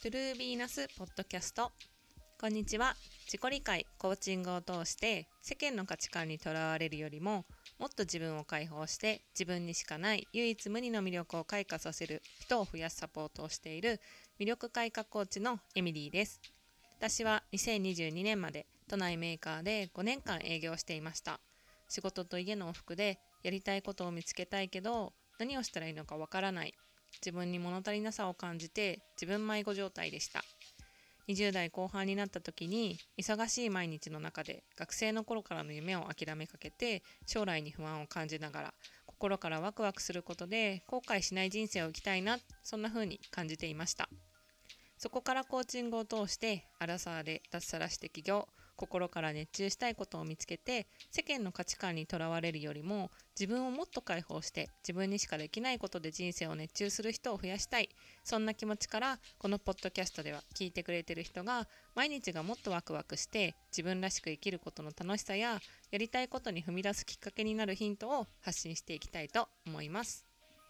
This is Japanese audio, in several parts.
トゥルービーナスポッドキャスト。こんにちは。自己理解コーチングを通して世間の価値観にとらわれるよりももっと自分を解放して自分にしかない唯一無二の魅力を開花させる人を増やすサポートをしている魅力開花コーチのエミリーです。私は2022年まで都内メーカーで5年間営業していました。仕事と家の往復でやりたいことを見つけたいけど何をしたらいいのかわからない、自分に物足りなさを感じて自分迷子状態でした。20代後半になった時に忙しい毎日の中で学生の頃からの夢を諦めかけて将来に不安を感じながら心からワクワクすることで後悔しない人生を生きたいな、そんな風に感じていました。そこからコーチングを通してアラサーで脱サラして起業、心から熱中したいことを見つけて世間の価値観にとらわれるよりも自分をもっと解放して自分にしかできないことで人生を熱中する人を増やしたい、そんな気持ちからこのポッドキャストでは聞いてくれてる人が毎日がもっとワクワクして自分らしく生きることの楽しさややりたいことに踏み出すきっかけになるヒントを発信していきたいと思います。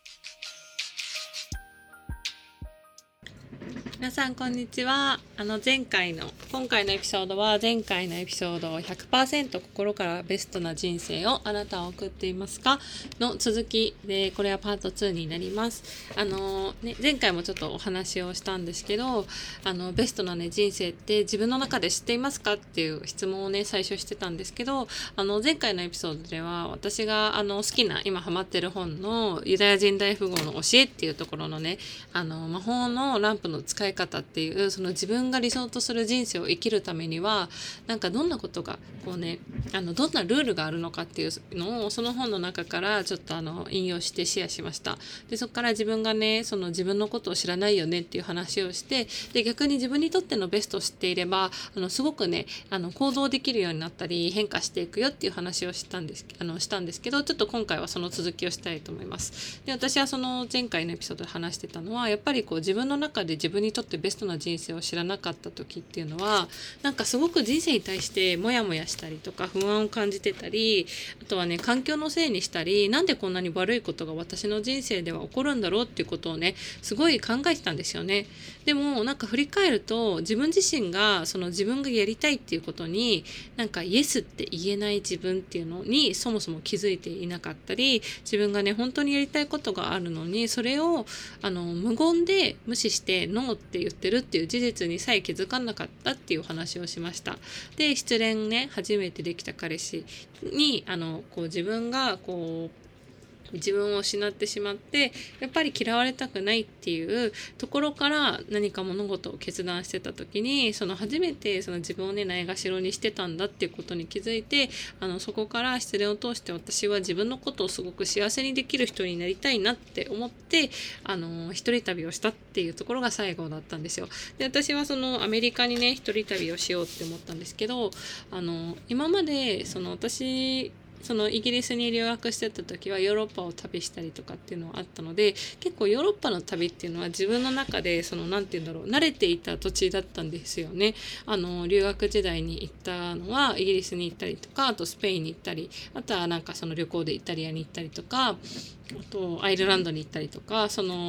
皆さんこんにちは。今回のエピソードは前回のエピソード 100% 心からベストな人生をあなたは送っていますかの続きで、これはパート2になります。前回もちょっとお話をしたんですけど、ベストな人生って自分の中で知っていますかっていう質問を最初してたんですけど、前回のエピソードでは私が好きな今ハマってる本のユダヤ人大富豪の教えっていうところの魔法のランプの使い方っていう、その自分が理想とする人生を生きるためにはどんなことがどんなルールがあるのかっていうのをその本の中からちょっと引用してシェアしました。でそこから自分がその自分のことを知らないよねっていう話をして、で逆に自分にとってのベストを知っていればすごく行動できるようになったり変化していくよっていう話をしたんですけど、ちょっと今回はその続きをしたいと思います。で私はその前回のエピソードで話してたのは、やっぱり自分の中で自分にとってベストな人生を知らなかった時っていうのはすごく人生に対してモヤモヤしたりとか不安を感じてたり、あとは環境のせいにしたり、なんでこんなに悪いことが私の人生では起こるんだろうっていうことをすごい考えてたんですよね。でも振り返ると自分自身が自分がやりたいっていうことにイエスって言えない自分っていうのにそもそも気づいていなかったり、自分が本当にやりたいことがあるのにそれを無言で無視してノーって言ってるっていう事実にさえ気づかなかったっていう話をしました。で失恋初めてできた彼氏に自分が自分を失ってしまってやっぱり嫌われたくないっていうところから何か物事を決断してた時に初めて自分をないがしろにしてたんだっていうことに気づいて、そこから失恋を通して私は自分のことをすごく幸せにできる人になりたいなって思って一人旅をしたっていうところが最後だったんですよ。で私はアメリカに一人旅をしようって思ったんですけど、今まで私イギリスに留学してた時はヨーロッパを旅したりとかっていうのはあったので、結構ヨーロッパの旅っていうのは自分の中で慣れていた土地だったんですよね。留学時代に行ったのはイギリスに行ったりとか、あとスペインに行ったり、あとは旅行でイタリアに行ったりとか、あとアイルランドに行ったりとか、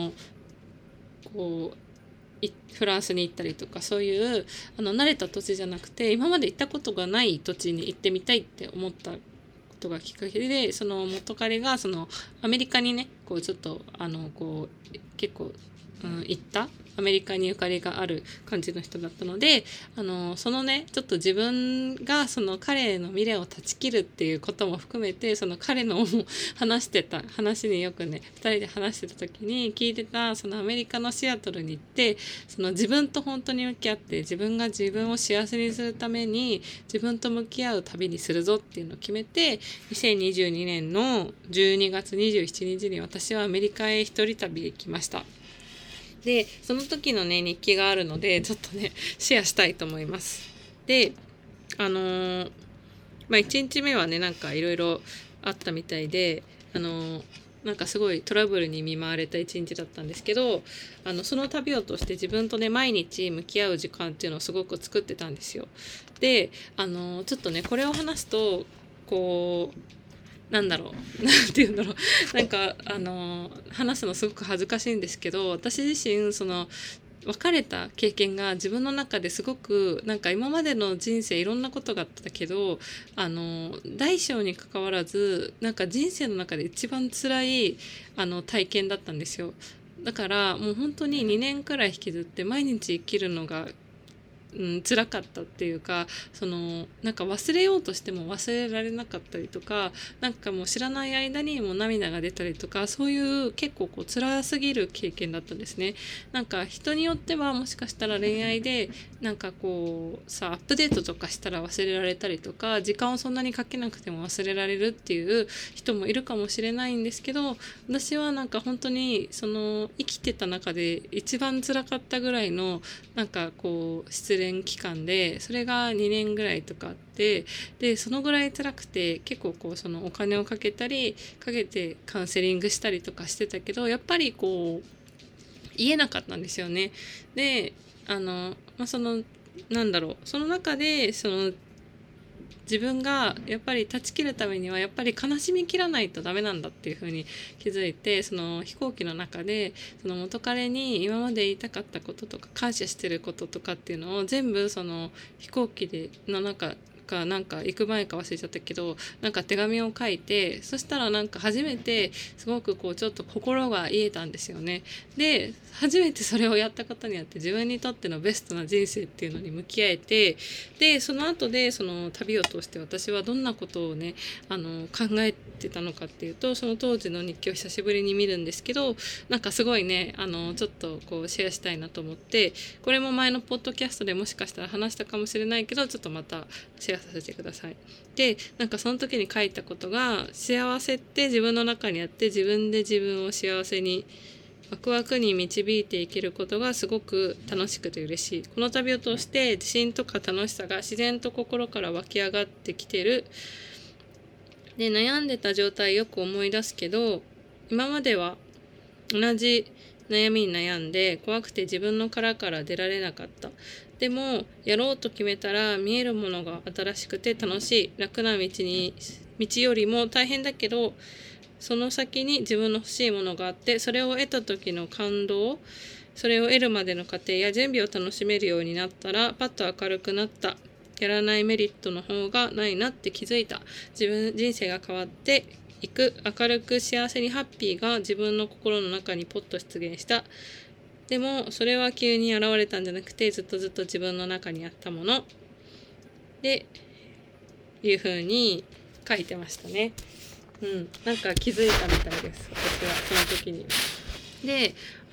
フランスに行ったりとか、そういう慣れた土地じゃなくて今まで行ったことがない土地に行ってみたいって思ったことがきっかけで、元彼がアメリカにちょっと結構、行ったアメリカにゆかりがある感じの人だったので、ちょっと自分が彼の未練を断ち切るっていうことも含めて彼の話によく2人で話してた時に聞いてた、アメリカのシアトルに行って自分と本当に向き合って自分が自分を幸せにするために自分と向き合う旅にするぞっていうのを決めて、2022年の12月27日に私はアメリカへ一人旅で来ました。でその時の日記があるのでちょっとシェアしたいと思います。で1日目はいろいろあったみたいで、すごいトラブルに見舞われた一日だったんですけど、その旅を通して自分と毎日向き合う時間っていうのをすごく作ってたんですよ。でちょっとこれを話すとなんて言うんだろう、話すのすごく恥ずかしいんですけど、私自身別れた経験が自分の中ですごくなんか今までの人生いろんなことがあったけど大小に関わらずなんか人生の中で一番辛い体験だったんですよ。だからもう本当に2年くらい引きずって毎日生きるのが辛かったっていうかなんか忘れようとしても忘れられなかったりとかなんかもう知らない間にもう涙が出たりとかそういう結構辛すぎる経験だったんですね。なんか人によってはもしかしたら恋愛でなんかアップデートとかしたら忘れられたりとか時間をそんなにかけなくても忘れられるっていう人もいるかもしれないんですけど私はなんか本当に生きてた中で一番辛かったぐらいのなんか失恋期間でそれが2年ぐらいとかあってでそのぐらい辛くて結構お金をかけてカウンセリングしたりとかしてたけどやっぱり言えなかったんですよね。でなんだろうその中で自分がやっぱり断ち切るためにはやっぱり悲しみ切らないとダメなんだっていう風に気づいて飛行機の中で元彼に今まで言いたかったこととか感謝してることとかっていうのを全部飛行機の中なんか行く前か忘れちゃったけどなんか手紙を書いてそしたらなんか初めてすごくちょっと心が癒えたんですよね。で初めてそれをやったことによって自分にとってのベストな人生っていうのに向き合えてでその後で旅を通して私はどんなことをね考えてたのかっていうとその当時の日記を久しぶりに見るんですけどなんかすごいねちょっとシェアしたいなと思ってこれも前のポッドキャストでもしかしたら話したかもしれないけどちょっとまたシェアさせてください。でなんかその時に書いたことが幸せって自分の中にあって自分で自分を幸せにワクワクに導いていけることがすごく楽しくて嬉しい。この旅を通して自信とか楽しさが自然と心から湧き上がってきてる。で悩んでた状態よく思い出すけど今までは同じ悩みに悩んで怖くて自分の殻から出られなかった。でもやろうと決めたら見えるものが新しくて楽しい。楽な道よりも大変だけどその先に自分の欲しいものがあってそれを得た時の感動それを得るまでの過程や準備を楽しめるようになったらパッと明るくなった。やらないメリットの方がないなって気づいた。人生が変わっていく。明るく幸せにハッピーが自分の心の中にポッと出現した。でもそれは急に現れたんじゃなくてずっと自分の中にあったものでいう風に書いてましたね。なんか気づいたみたいです私はその時に。で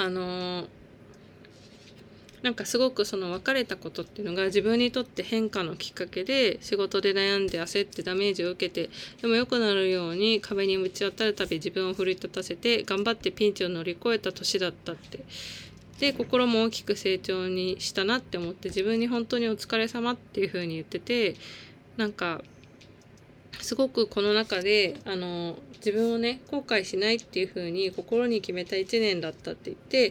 なんかすごく別れたことっていうのが自分にとって変化のきっかけで仕事で悩んで焦ってダメージを受けてでも良くなるように壁にぶち当たるたび自分を奮い立たせて頑張ってピンチを乗り越えた年だったって。で心も大きく成長にしたなって思って自分に本当にお疲れ様っていう風に言っててなんかすごくこの中で自分をね後悔しないっていう風に心に決めた1年だったって言って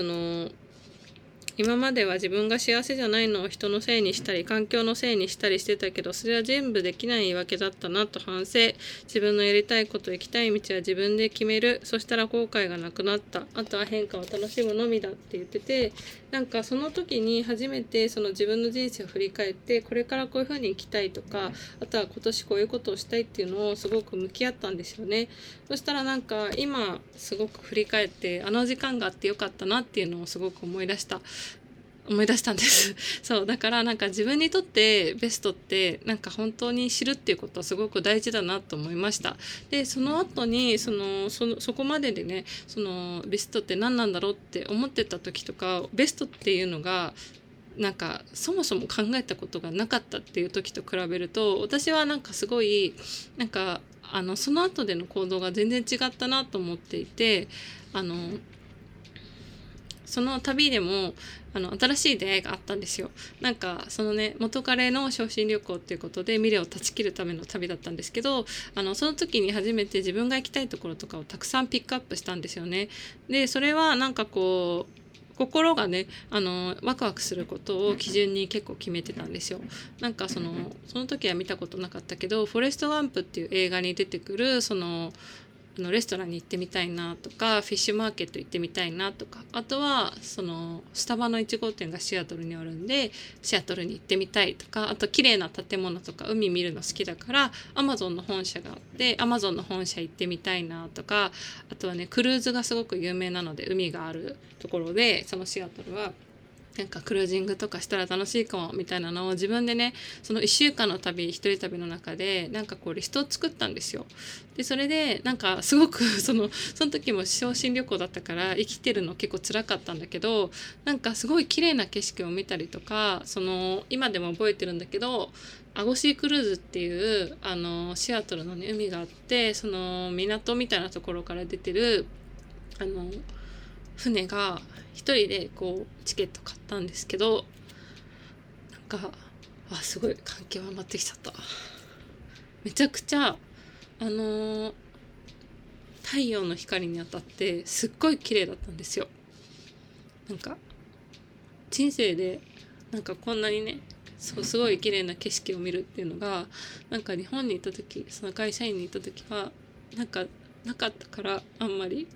今までは自分が幸せじゃないのを人のせいにしたり環境のせいにしたりしてたけどそれは全部できないわけだったなと反省。自分のやりたいこと行きたい道は自分で決める。そしたら後悔がなくなった。あとは変化を楽しむのみだって言っててなんかその時に初めて自分の人生を振り返ってこれからこういう風に生きたいとかあとは今年こういうことをしたいっていうのをすごく向き合ったんですよね。そしたらなんか今すごく振り返って時間があってよかったなっていうのをすごく思い出したんですそうだからなんか自分にとってベストってなんか本当に知るっていうことはすごく大事だなと思いました。でその後にそこまででねベストって何なんだろうって思ってた時とかベストっていうのがなんかそもそも考えたことがなかったっていう時と比べると私はなんかすごいなんかその後での行動が全然違ったなと思っていてその旅でも新しい出会いがあったんですよ。なんか元彼の昇進旅行っていうことで未練を断ち切るための旅だったんですけどその時に初めて自分が行きたいところとかをたくさんピックアップしたんですよね。でそれはなんか心がねワクワクすることを基準に結構決めてたんですよ。なんかその時は見たことなかったけどフォレスト・ガンプっていう映画に出てくるレストランに行ってみたいなとか、フィッシュマーケット行ってみたいなとか、あとはスタバの1号店がシアトルにあるんでシアトルに行ってみたいとか、あと綺麗な建物とか海見るの好きだからアマゾンの本社があってアマゾンの本社行ってみたいなとか、あとはねクルーズがすごく有名なので海があるところで、そのシアトルはなんかクルージングとかしたら楽しいかもみたいなのを自分でね、その1週間の旅、一人旅の中でなんかこうリストを作ったんですよ。でそれでなんかすごくその時も昇進旅行だったから生きてるの結構辛かったんだけど、なんかすごい綺麗な景色を見たりとか、今でも覚えてるんだけど、アゴシークルーズっていうシアトルの、ね、海があって、その港みたいなところから出てる船が一人でこうチケット買ったんですけど、なんかすごい感極まってきちゃった。めちゃくちゃ太陽の光に当たってすっごい綺麗だったんですよ。なんか人生でなんかこんなにね、すごい綺麗な景色を見るっていうのが、なんか日本に行った時、その会社員に行った時はなんかなかったから、あんまり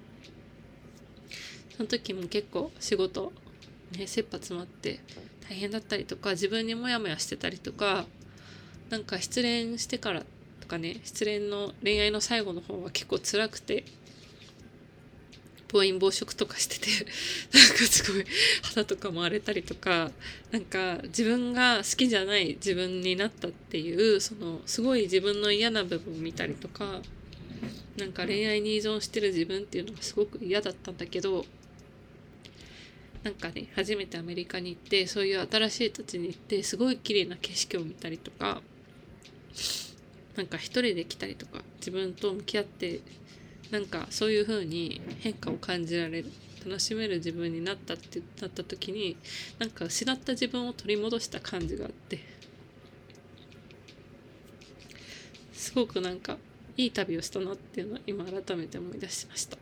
その時も結構仕事ね、切羽詰まって大変だったりとか、自分にモヤモヤしてたりとか、なんか失恋してからとかね、失恋の恋愛の最後の方は結構辛くて、暴飲暴食とかしててなんかすごい肌とかも荒れたりとか、なんか自分が好きじゃない自分になったっていう、すごい自分の嫌な部分を見たりとか、なんか恋愛に依存してる自分っていうのがすごく嫌だったんだけど、なんかね、初めてアメリカに行って、そういう新しい土地に行ってすごい綺麗な景色を見たりとか、なんか一人で来たりとか、自分と向き合って、なんかそういう風に変化を感じられる、楽しめる自分になったってなった時に、なんか失った自分を取り戻した感じがあって、すごくなんかいい旅をしたなっていうのは今改めて思い出しました。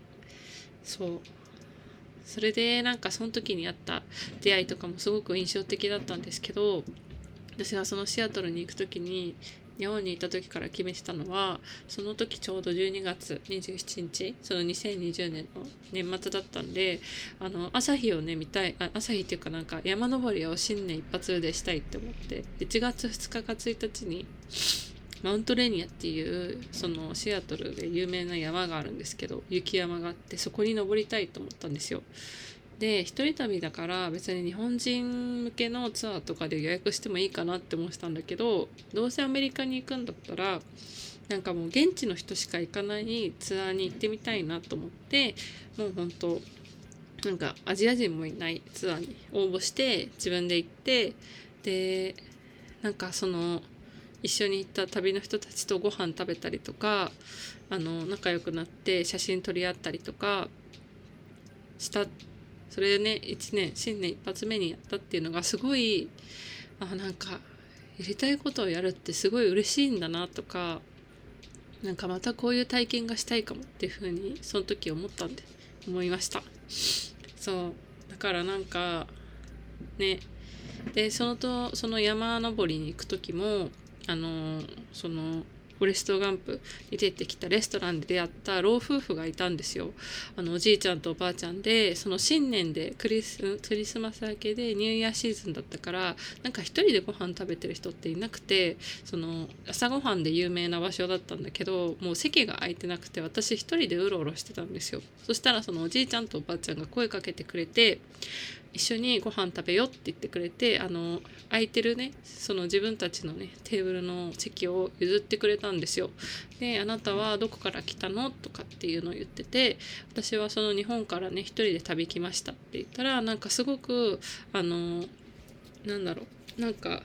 それでなんかその時にあった出会いとかもすごく印象的だったんですけど、私がそのシアトルに行く時に、日本にいた時から決めてたのは、その時ちょうど12月27日、その2020年の年末だったんで、朝日をね見たい、朝日っていうかなんか山登りを新年一発でしたいって思って、1月2日か1日にマウントレーニアっていうそのシアトルで有名な山があるんですけど、雪山があって、そこに登りたいと思ったんですよ。で一人旅だから別に日本人向けのツアーとかで予約してもいいかなって思ってたんだけど、どうせアメリカに行くんだったらなんかもう現地の人しか行かないツアーに行ってみたいなと思って、もう本当なんかアジア人もいないツアーに応募して自分で行って、でなんか一緒に行った旅の人たちとご飯食べたりとか、仲良くなって写真撮り合ったりとかした。それでね、新年一発目にやったっていうのがすごい、なんかやりたいことをやるってすごい嬉しいんだなとか、なんかまたこういう体験がしたいかもっていう風にその時思いました。だからなんかね、でその山登りに行く時もフォレストガンプに出てきたレストランで出会った老夫婦がいたんですよ。おじいちゃんとおばあちゃんで、その新年でクリスマス明けでニューイヤーシーズンだったから、なんか一人でご飯食べてる人っていなくて、朝ごはんで有名な場所だったんだけど、もう席が空いてなくて、私一人でうろうろしてたんですよ。そしたらそのおじいちゃんとおばあちゃんが声かけてくれて、一緒にご飯食べよって言ってくれて、空いてるね、その自分たちのねテーブルの席を譲ってくれたんですよ。で、あなたはどこから来たのとかっていうのを言ってて、私はその日本からね一人で旅来ましたって言ったら、なんかすごくなんか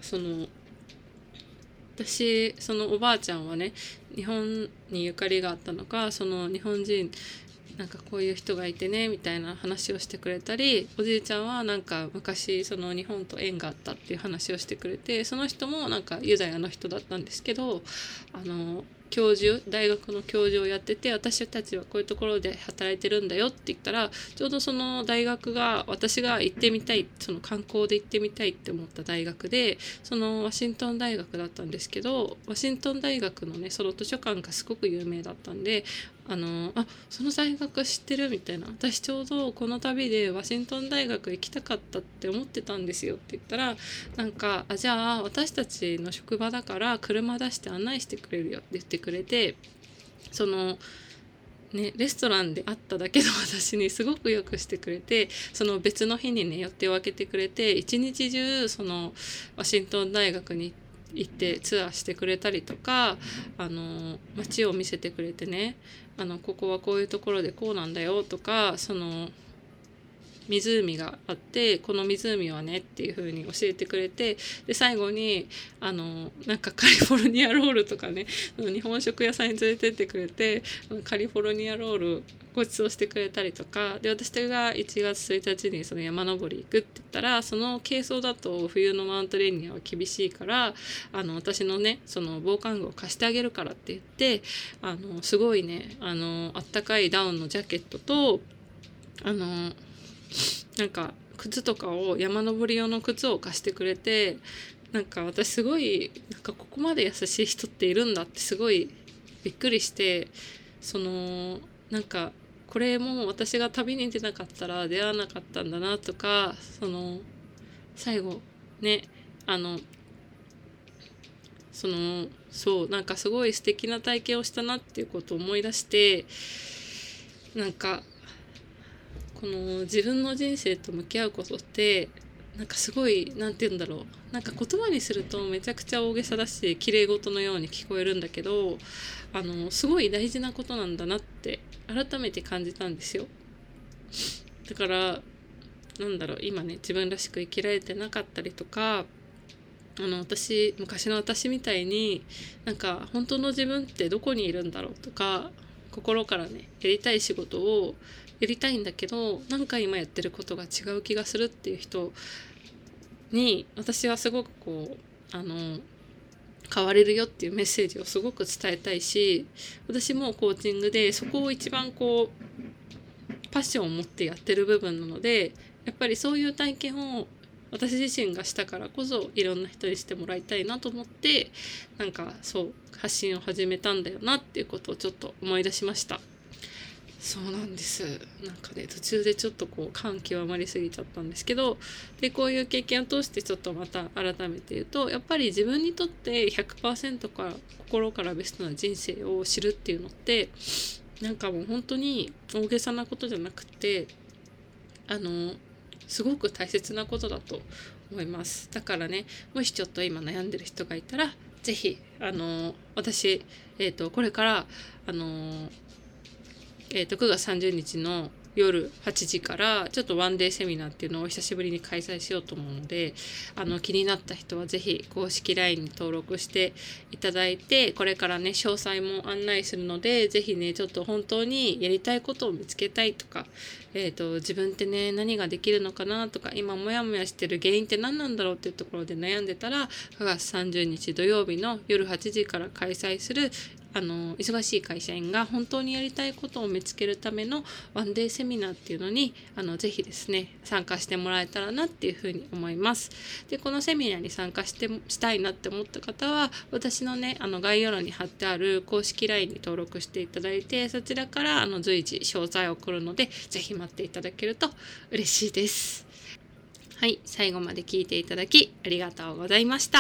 私そのおばあちゃんはね日本にゆかりがあったのか、その日本人なんかこういう人がいてねみたいな話をしてくれたり、おじいちゃんはなんか昔その日本と縁があったっていう話をしてくれて、その人もなんかユダヤの人だったんですけど、 大学の教授をやってて、私たちはこういうところで働いてるんだよって言ったら、ちょうどその大学が私が行ってみたい、その観光で行ってみたいって思った大学で、そのワシントン大学だったんですけど、ワシントン大学のねその図書館がすごく有名だったんで、その大学知ってるみたいな、私ちょうどこの旅でワシントン大学行きたかったって思ってたんですよって言ったら、なんかじゃあ私たちの職場だから車出して案内してくれるよって言ってくれて、そのね、レストランで会っただけの私にすごくよくしてくれて、その別の日にね予定を空けてくれて、一日中そのワシントン大学に行ってツアーしてくれたりとか、街を見せてくれてね、ここはこういうところでこうなんだよとか、その湖があってこの湖はねっていう風に教えてくれて、で最後になんかカリフォルニアロールとかね、日本食屋さんに連れてってくれてカリフォルニアロールご馳走してくれたりとかで、私が1月1日にその山登り行くって言ったら、その軽装だと冬のマウントレーニアは厳しいから私のねその防寒具を貸してあげるからって言って、すごいねあったかいダウンのジャケットとなんか靴とかを山登り用の靴を貸してくれて、なんか私すごいなんかここまで優しい人っているんだってすごいびっくりして、なんかこれも私が旅に出なかったら出会わなかったんだなとか、最後ねそうなんかすごい素敵な体験をしたなっていうことを思い出して、なんかこの自分の人生と向き合うことってなんかすごいなんて言うんだろう、なんか言葉にするとめちゃくちゃ大げさだし綺麗事のように聞こえるんだけど、すごい大事なことなんだなって改めて感じたんですよ。だからなんだろう、今ね自分らしく生きられてなかったりとか、昔の私みたいになんか本当の自分ってどこにいるんだろうとか、心からねやりたい仕事をやりたいんだけどなんか今やってることが違う気がするっていう人に私はすごく変われるよっていうメッセージをすごく伝えたいし、私もコーチングでそこを一番パッションを持ってやってる部分なので、やっぱりそういう体験を私自身がしたからこそいろんな人にしてもらいたいなと思って、なんかそう発信を始めたんだよなっていうことをちょっと思い出しました。そうなんです。なんかね途中でちょっと感極まりすぎちゃったんですけど、でこういう経験を通してちょっとまた改めて言うと、やっぱり自分にとって 100% から心からベストな人生を知るっていうのってなんかもう本当に大げさなことじゃなくてすごく大切なことだと思います。だからね、もしちょっと今悩んでる人がいたらぜひ私、これから9月30日の夜8時からちょっとワンデーセミナーっていうのを久しぶりに開催しようと思うので、気になった人はぜひ公式 LINE に登録していただいて、これからね詳細も案内するので、ぜひねちょっと本当にやりたいことを見つけたいとか、自分ってね何ができるのかなとか、今モヤモヤしてる原因って何なんだろうっていうところで悩んでたら、9月30日土曜日の夜8時から開催する忙しい会社員が本当にやりたいことを見つけるためのワンデーセミナーっていうのにぜひですね参加してもらえたらなっていうふうに思います。でこのセミナーに参加したいなって思った方は、私のね概要欄に貼ってある公式 LINE に登録していただいて、そちらから随時詳細を送るのでぜひ待っていただけると嬉しいです。はい、最後まで聞いていただきありがとうございました。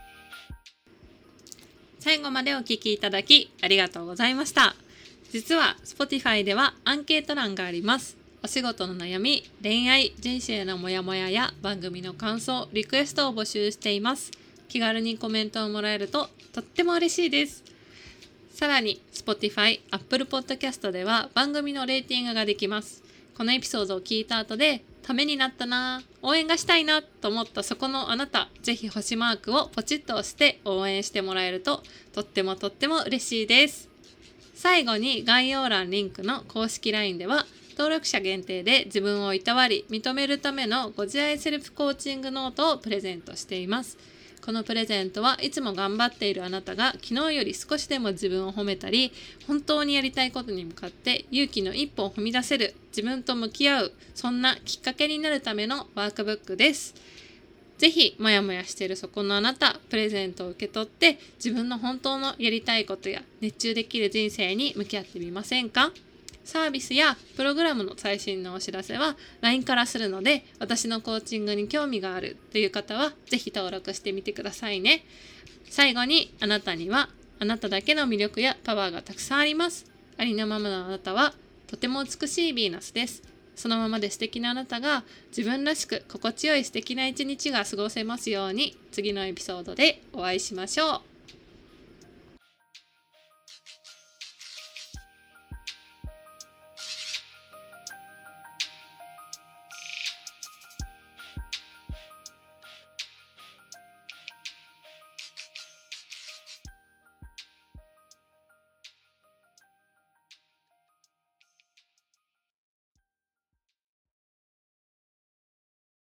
最後までお聞きいただきありがとうございました。実は Spotify ではアンケート欄があります。お仕事の悩み、恋愛、人生のモヤモヤや番組の感想、リクエストを募集しています。気軽にコメントをもらえるととっても嬉しいです。さらに Spotify、Apple Podcast では番組のレーティングができます。このエピソードを聞いた後でためになったな、応援がしたいなと思ったそこのあなた、ぜひ星マークをポチッと押して応援してもらえるととっても嬉しいです。最後に概要欄リンクの公式 LINE では登録者限定で自分をいたわり認めるためのご自愛セルフコーチングノートをプレゼントしています。 このプレゼントはいつも頑張っているあなたが昨日より少しでも自分を褒めたり、本当にやりたいことに向かって勇気の一歩を踏み出せる、自分と向き合う、そんなきっかけになるためのワークブックです。ぜひモヤモヤしているそこのあなた、プレゼントを受け取って自分の本当のやりたいことや熱中できる人生に向き合ってみませんか？サービスやプログラムの最新のお知らせは LINE からするので、私のコーチングに興味があるという方はぜひ登録してみてくださいね。最後に、あなたにはあなただけの魅力やパワーがたくさんあります。ありのままのあなたはとても美しいヴィーナスです。そのままで素敵なあなたが自分らしく心地よい素敵な一日が過ごせますように。次のエピソードでお会いしましょう。